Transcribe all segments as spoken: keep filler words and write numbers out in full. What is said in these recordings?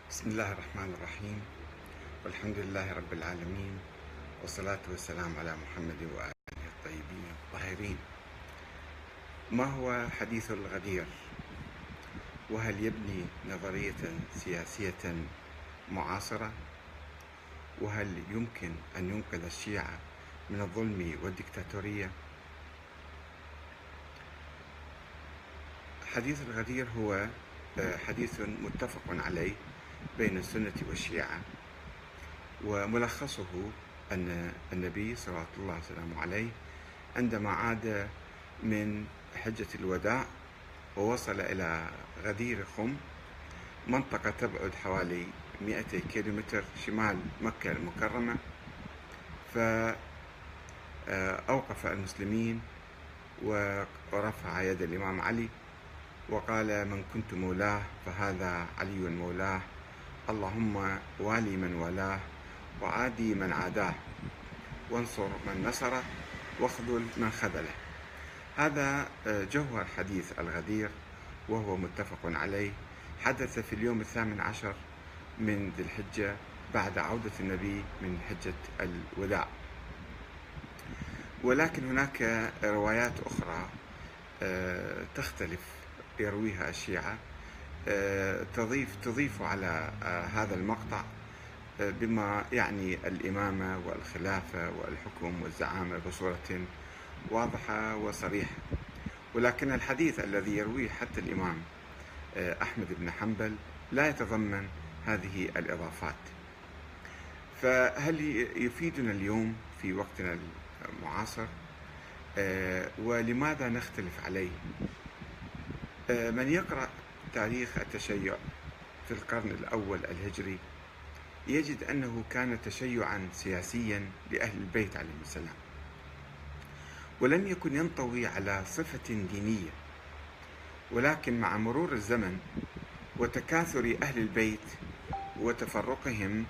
بسم الله الرحمن الرحيم، والحمد لله رب العالمين، والصلاة والسلام على محمد وآله الطيبين الطاهرين. ما هو حديث الغدير؟ وهل يبني نظرية سياسية معاصرة؟ وهل يمكن أن ينقذ الشيعة من الظلم والدكتاتورية؟ حديث الغدير هو حديث متفق عليه بين السنة والشيعة، وملخصه أن النبي صلى الله عليه وسلم عليه عندما عاد من حجة الوداع ووصل إلى غدير خم، منطقة تبعد حوالي مئتي كيلومتر شمال مكة المكرمة، فأوقف المسلمين ورفع يد الإمام علي وقال: من كنت مولاه فهذا علي مولاه، اللهم والي من والاه وعادي من عاداه، وانصر من نصره واخذل من خذله. هذا جوهر حديث الغدير، وهو متفق عليه. حدث في اليوم الثامن عشر من ذي الحجة بعد عودة النبي من حجة الوداع. ولكن هناك روايات أخرى تختلف يرويها الشيعة، تضيف تضيف على هذا المقطع بما يعني الإمامة والخلافة والحكم والزعامة بصورة واضحة وصريحة. ولكن الحديث الذي يرويه حتى الإمام أحمد بن حنبل لا يتضمن هذه الإضافات. فهل يفيدنا اليوم في وقتنا المعاصر؟ ولماذا نختلف عليه؟ من يقرأ تاريخ التشيع في القرن الأول الهجري يجد أنه كان تشيعا سياسيا لأهل البيت عليهم السلام، ولم يكن ينطوي على صفة دينية. ولكن مع مرور الزمن وتكاثر أهل البيت وتفرقهم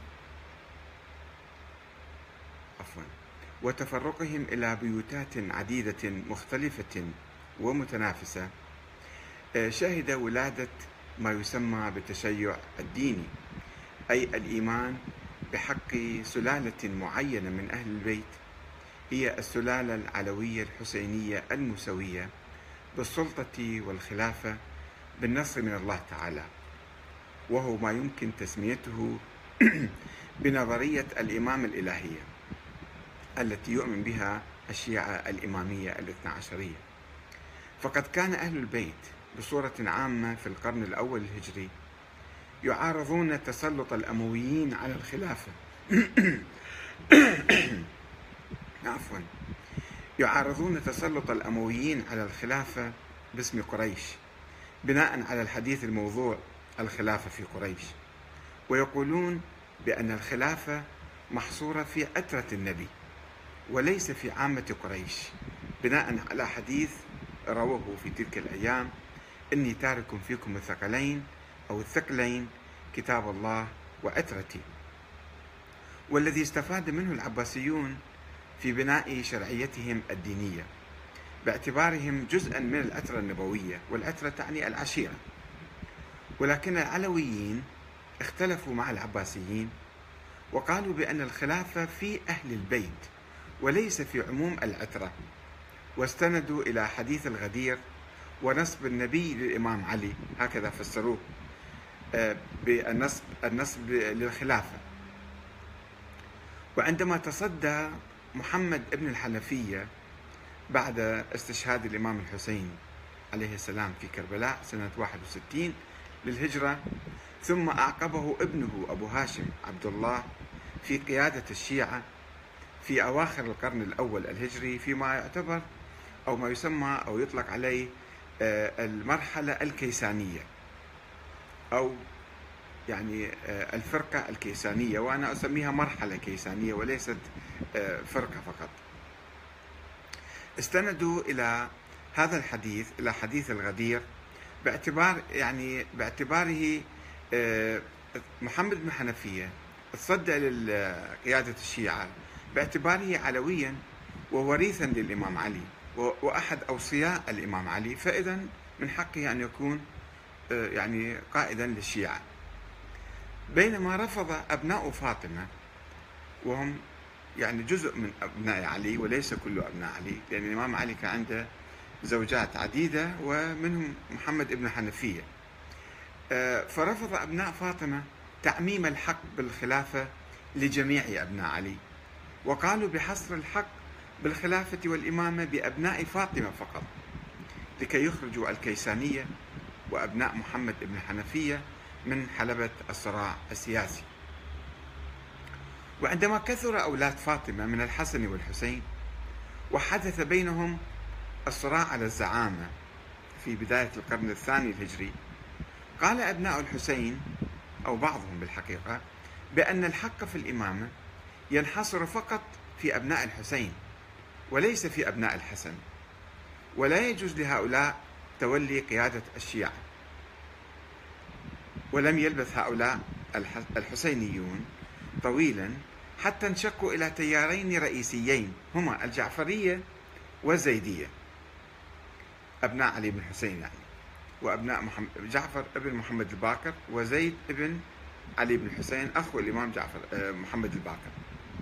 عفوا وتفرقهم إلى بيوتات عديدة مختلفة ومتنافسة، شهد ولادة ما يسمى بالتشيع الديني، أي الإيمان بحق سلالة معينة من أهل البيت، هي السلالة العلوية الحسينية الموسوية بالسلطة والخلافة بالنصر من الله تعالى، وهو ما يمكن تسميته بنظرية الإمامة الإلهية التي يؤمن بها الشيعة الإمامية الاثنى عشرية. فقد كان أهل البيت بصورة عامة في القرن الأول الهجري يعارضون تسلط الأمويين على الخلافة عفوا يعارضون تسلط الأمويين على الخلافة باسم قريش، بناء على الحديث الموضوع الخلافة في قريش، ويقولون بأن الخلافة محصورة في أترة النبي وليس في عامة قريش، بناء على حديث رواه في تلك الأيام: إني تارك فيكم الثقلين أو الثقلين، كتاب الله وأترتي، والذي استفاد منه العباسيون في بناء شرعيتهم الدينية باعتبارهم جزءا من الأترة النبوية، والأترة تعني العشيرة. ولكن العلويين اختلفوا مع العباسيين وقالوا بأن الخلافة في أهل البيت وليس في عموم الأترة، واستندوا إلى حديث الغدير ونسب النبي للإمام علي، هكذا فسروه بالنسب النسب للخلافة. وعندما تصدى محمد ابن الحنفية بعد استشهاد الإمام الحسين عليه السلام في كربلاء سنة واحد وستين للهجرة، ثم أعقبه ابنه أبو هاشم عبد الله في قيادة الشيعة في أواخر القرن الأول الهجري، فيما يعتبر أو ما يسمى أو يطلق عليه المرحلة الكيسانية، أو يعني الفرقة الكيسانية، وأنا أسميها مرحلة كيسانية وليست فرقة فقط. استندوا إلى هذا الحديث، إلى حديث الغدير، باعتبار يعني باعتباره محمد بن حنفية تصدى لقيادة الشيعة باعتباره علويا ووريثا للإمام علي وأحد أوصياء الإمام علي، فإذا من حقه أن يكون يعني قائدا للشيعة. بينما رفض أبناء فاطمة، وهم يعني جزء من أبناء علي وليس كل أبناء علي، لأن الإمام علي كان عنده زوجات عديدة ومنهم محمد ابن حنفية، فرفض أبناء فاطمة تعميم الحق بالخلافة لجميع أبناء علي، وقالوا بحصر الحق بالخلافة والإمامة بأبناء فاطمة فقط، لكي يخرجوا الكيسانية وأبناء محمد ابن حنفية من حلبة الصراع السياسي. وعندما كثر أولاد فاطمة من الحسن والحسين وحدث بينهم الصراع على الزعامة في بداية القرن الثاني الهجري، قال أبناء الحسين أو بعضهم بالحقيقة بأن الحق في الإمامة ينحصر فقط في أبناء الحسين وليس في أبناء الحسن، ولا يجوز لهؤلاء تولي قيادة الشيعة. ولم يلبث هؤلاء الحسينيون طويلا حتى انشقوا إلى تيارين رئيسيين هما الجعفرية والزيدية، أبناء علي بن الحسين يعني، وأبناء محمد جعفر ابن محمد الباقر وزيد ابن علي بن الحسين أخو الإمام جعفر محمد الباقر،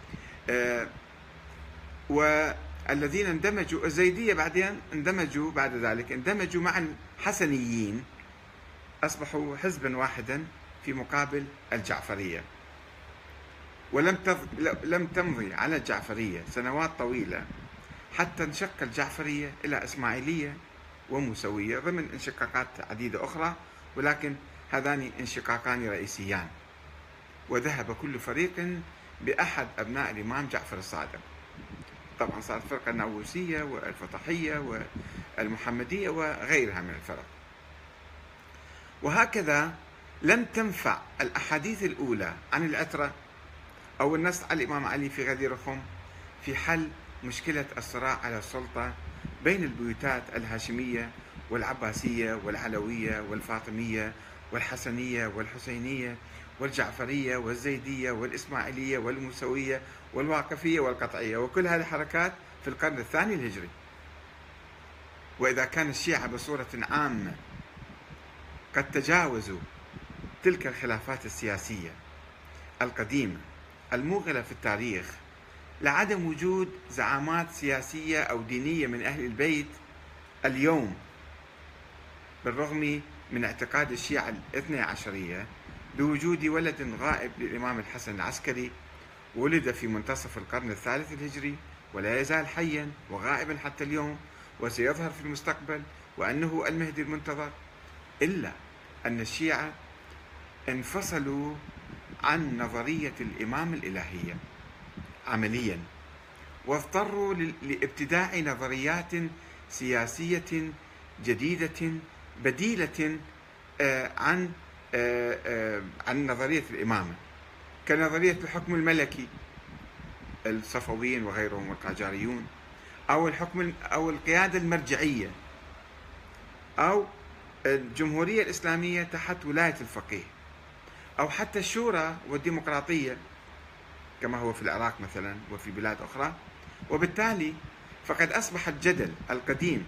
والذين اندمجوا الزيدية بعدين اندمجوا بعد ذلك اندمجوا مع الحسنيين، أصبحوا حزبا واحدا في مقابل الجعفرية. ولم لم تمضي على الجعفرية سنوات طويلة حتى انشق الجعفرية إلى إسماعيلية وموسوية ضمن انشقاقات عديدة أخرى، ولكن هذان انشقاقان رئيسيان، وذهب كل فريق بأحد أبناء الإمام جعفر الصادق. طبعا صارت فرقة الناووسية والفطحية والمحمدية وغيرها من الفرق. وهكذا لم تنفع الأحاديث الأولى عن العترة أو النص على الإمام علي في غدير خم في حل مشكلة الصراع على السلطة بين البيوتات الهاشمية والعباسية والعلوية والفاطمية والحسنية والحسينية والجعفرية والزيدية والإسماعيلية والموسوية والواقفية والقطعية، وكل هذه الحركات في القرن الثاني الهجري. وإذا كان الشيعة بصورة عامة قد تجاوزوا تلك الخلافات السياسية القديمة الموغلة في التاريخ لعدم وجود زعامات سياسية أو دينية من أهل البيت اليوم، بالرغم من اعتقاد الشيعة الاثني عشرية بوجود ولد غائب للإمام الحسن العسكري ولد في منتصف القرن الثالث الهجري ولا يزال حيا وغائبا حتى اليوم وسيظهر في المستقبل وأنه المهدي المنتظر، إلا أن الشيعة انفصلوا عن نظرية الإمام الإلهية عمليا، واضطروا لابتداع نظريات سياسية جديدة بديلة عن عن نظرية الإمامة، كنظرية الحكم الملكي الصفويين وغيرهم والقاجاريون، أو الحكم أو القيادة المرجعية، أو الجمهورية الإسلامية تحت ولاية الفقيه، أو حتى الشورى والديمقراطية كما هو في العراق مثلا وفي بلاد أخرى. وبالتالي فقد أصبح الجدل القديم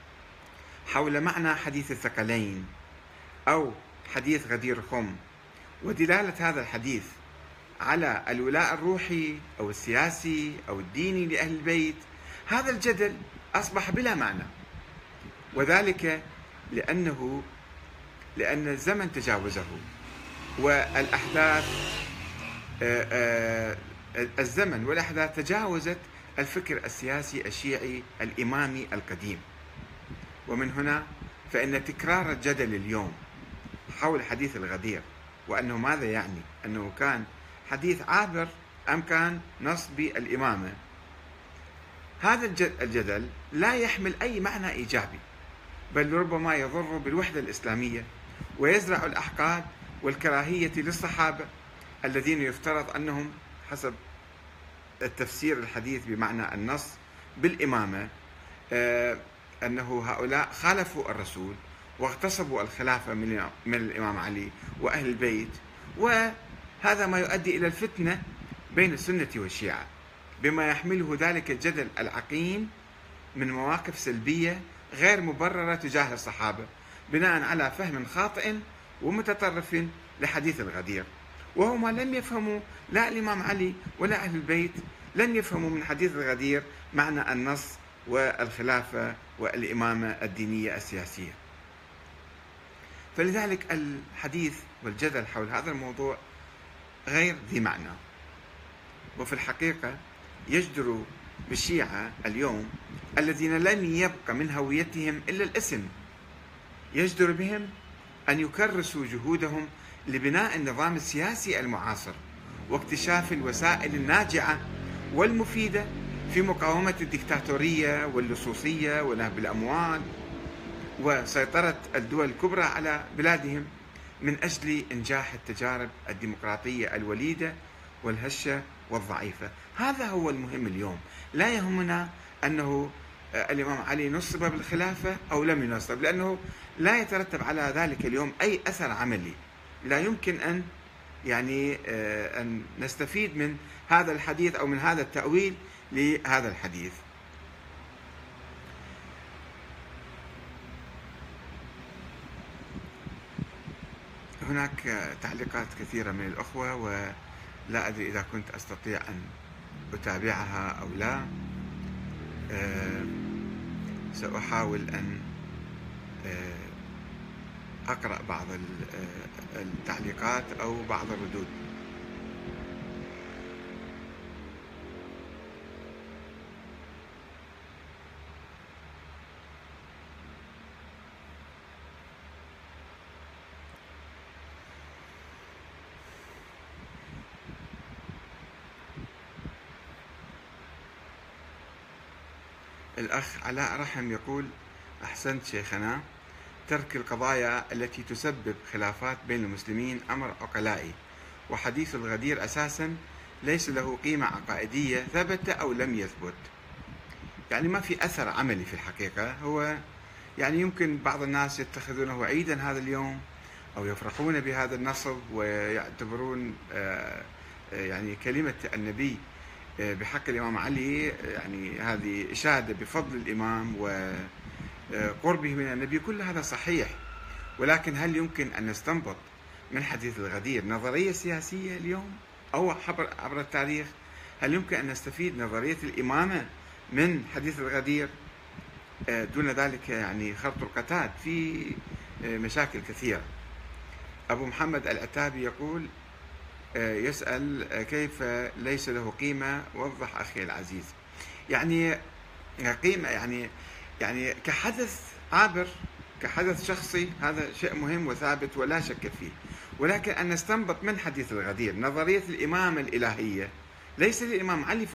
حول معنى حديث الثقلين أو حديث غدير خم ودلالة هذا الحديث على الولاء الروحي أو السياسي أو الديني لأهل البيت، هذا الجدل أصبح بلا معنى، وذلك لأنه لأن الزمن تجاوزه والأحداث الزمن والأحداث تجاوزت الفكر السياسي الشيعي الإمامي القديم. ومن هنا فإن تكرار الجدل اليوم حول حديث الغدير وأنه ماذا يعني، أنه كان حديث عابر أم كان نص بالإمامة، هذا الجدل لا يحمل أي معنى إيجابي، بل ربما يضر بالوحدة الإسلامية ويزرع الأحقاد والكراهية للصحابة الذين يفترض أنهم حسب التفسير الحديث بمعنى النص بالإمامة أنه هؤلاء خالفوا الرسول واغتصبوا الخلافة من الإمام علي وأهل البيت، وهذا ما يؤدي إلى الفتنة بين السنة والشيعة، بما يحمله ذلك الجدل العقيم من مواقف سلبية غير مبررة تجاه الصحابة بناء على فهم خاطئ ومتطرف لحديث الغدير، وهم لم يفهموا، لا الإمام علي ولا أهل البيت لم يفهموا من حديث الغدير معنى النص والخلافة والإمامة الدينية السياسية. فلذلك الحديث والجدل حول هذا الموضوع غير ذي معنى. وفي الحقيقة يجدر بالشيعة اليوم الذين لم يبق من هويتهم إلا الاسم، يجدر بهم أن يكرسوا جهودهم لبناء النظام السياسي المعاصر واكتشاف الوسائل الناجعة والمفيدة في مقاومة الدكتاتورية واللصوصية ونهب الأموال وسيطرة الدول الكبرى على بلادهم من أجل إنجاح التجارب الديمقراطية الوليدة والهشة والضعيفة. هذا هو المهم اليوم. لا يهمنا أنه الإمام علي نصب بالخلافة أو لم ينصب، لأنه لا يترتب على ذلك اليوم أي أثر عملي. لا يمكن أن يعني أن نستفيد من هذا الحديث أو من هذا التأويل لهذا الحديث. هناك تعليقات كثيرة من الأخوة ولا أدري إذا كنت أستطيع أن أتابعها أو لا. أه سأحاول أن أه أقرأ بعض التعليقات أو بعض الردود. الأخ علاء رحم يقول: أحسنت شيخنا، ترك القضايا التي تسبب خلافات بين المسلمين أمر عقلائي، وحديث الغدير أساسا ليس له قيمة عقائدية ثبت أو لم يثبت. يعني ما في أثر عملي في الحقيقة. هو يعني يمكن بعض الناس يتخذونه عيدا هذا اليوم أو يفرحون بهذا النصب ويعتبرون يعني كلمة النبي بحق الإمام علي يعني هذه إشادة بفضل الإمام وقربه من النبي. كل هذا صحيح، ولكن هل يمكن أن نستنبط من حديث الغدير نظرية سياسية اليوم أو عبر التاريخ؟ هل يمكن أن نستفيد نظرية الإمامة من حديث الغدير؟ دون ذلك يعني خرط القتاد في مشاكل كثيرة. أبو محمد العتابي يقول يسأل: كيف ليس له قيمة؟ وضح أخي العزيز. يعني قيمة يعني يعني كحدث عابر، كحدث شخصي، هذا شيء مهم وثابت ولا شك فيه. ولكن أن نستنبط من حديث الغدير نظرية الإمامة الإلهية ليس للإمام علي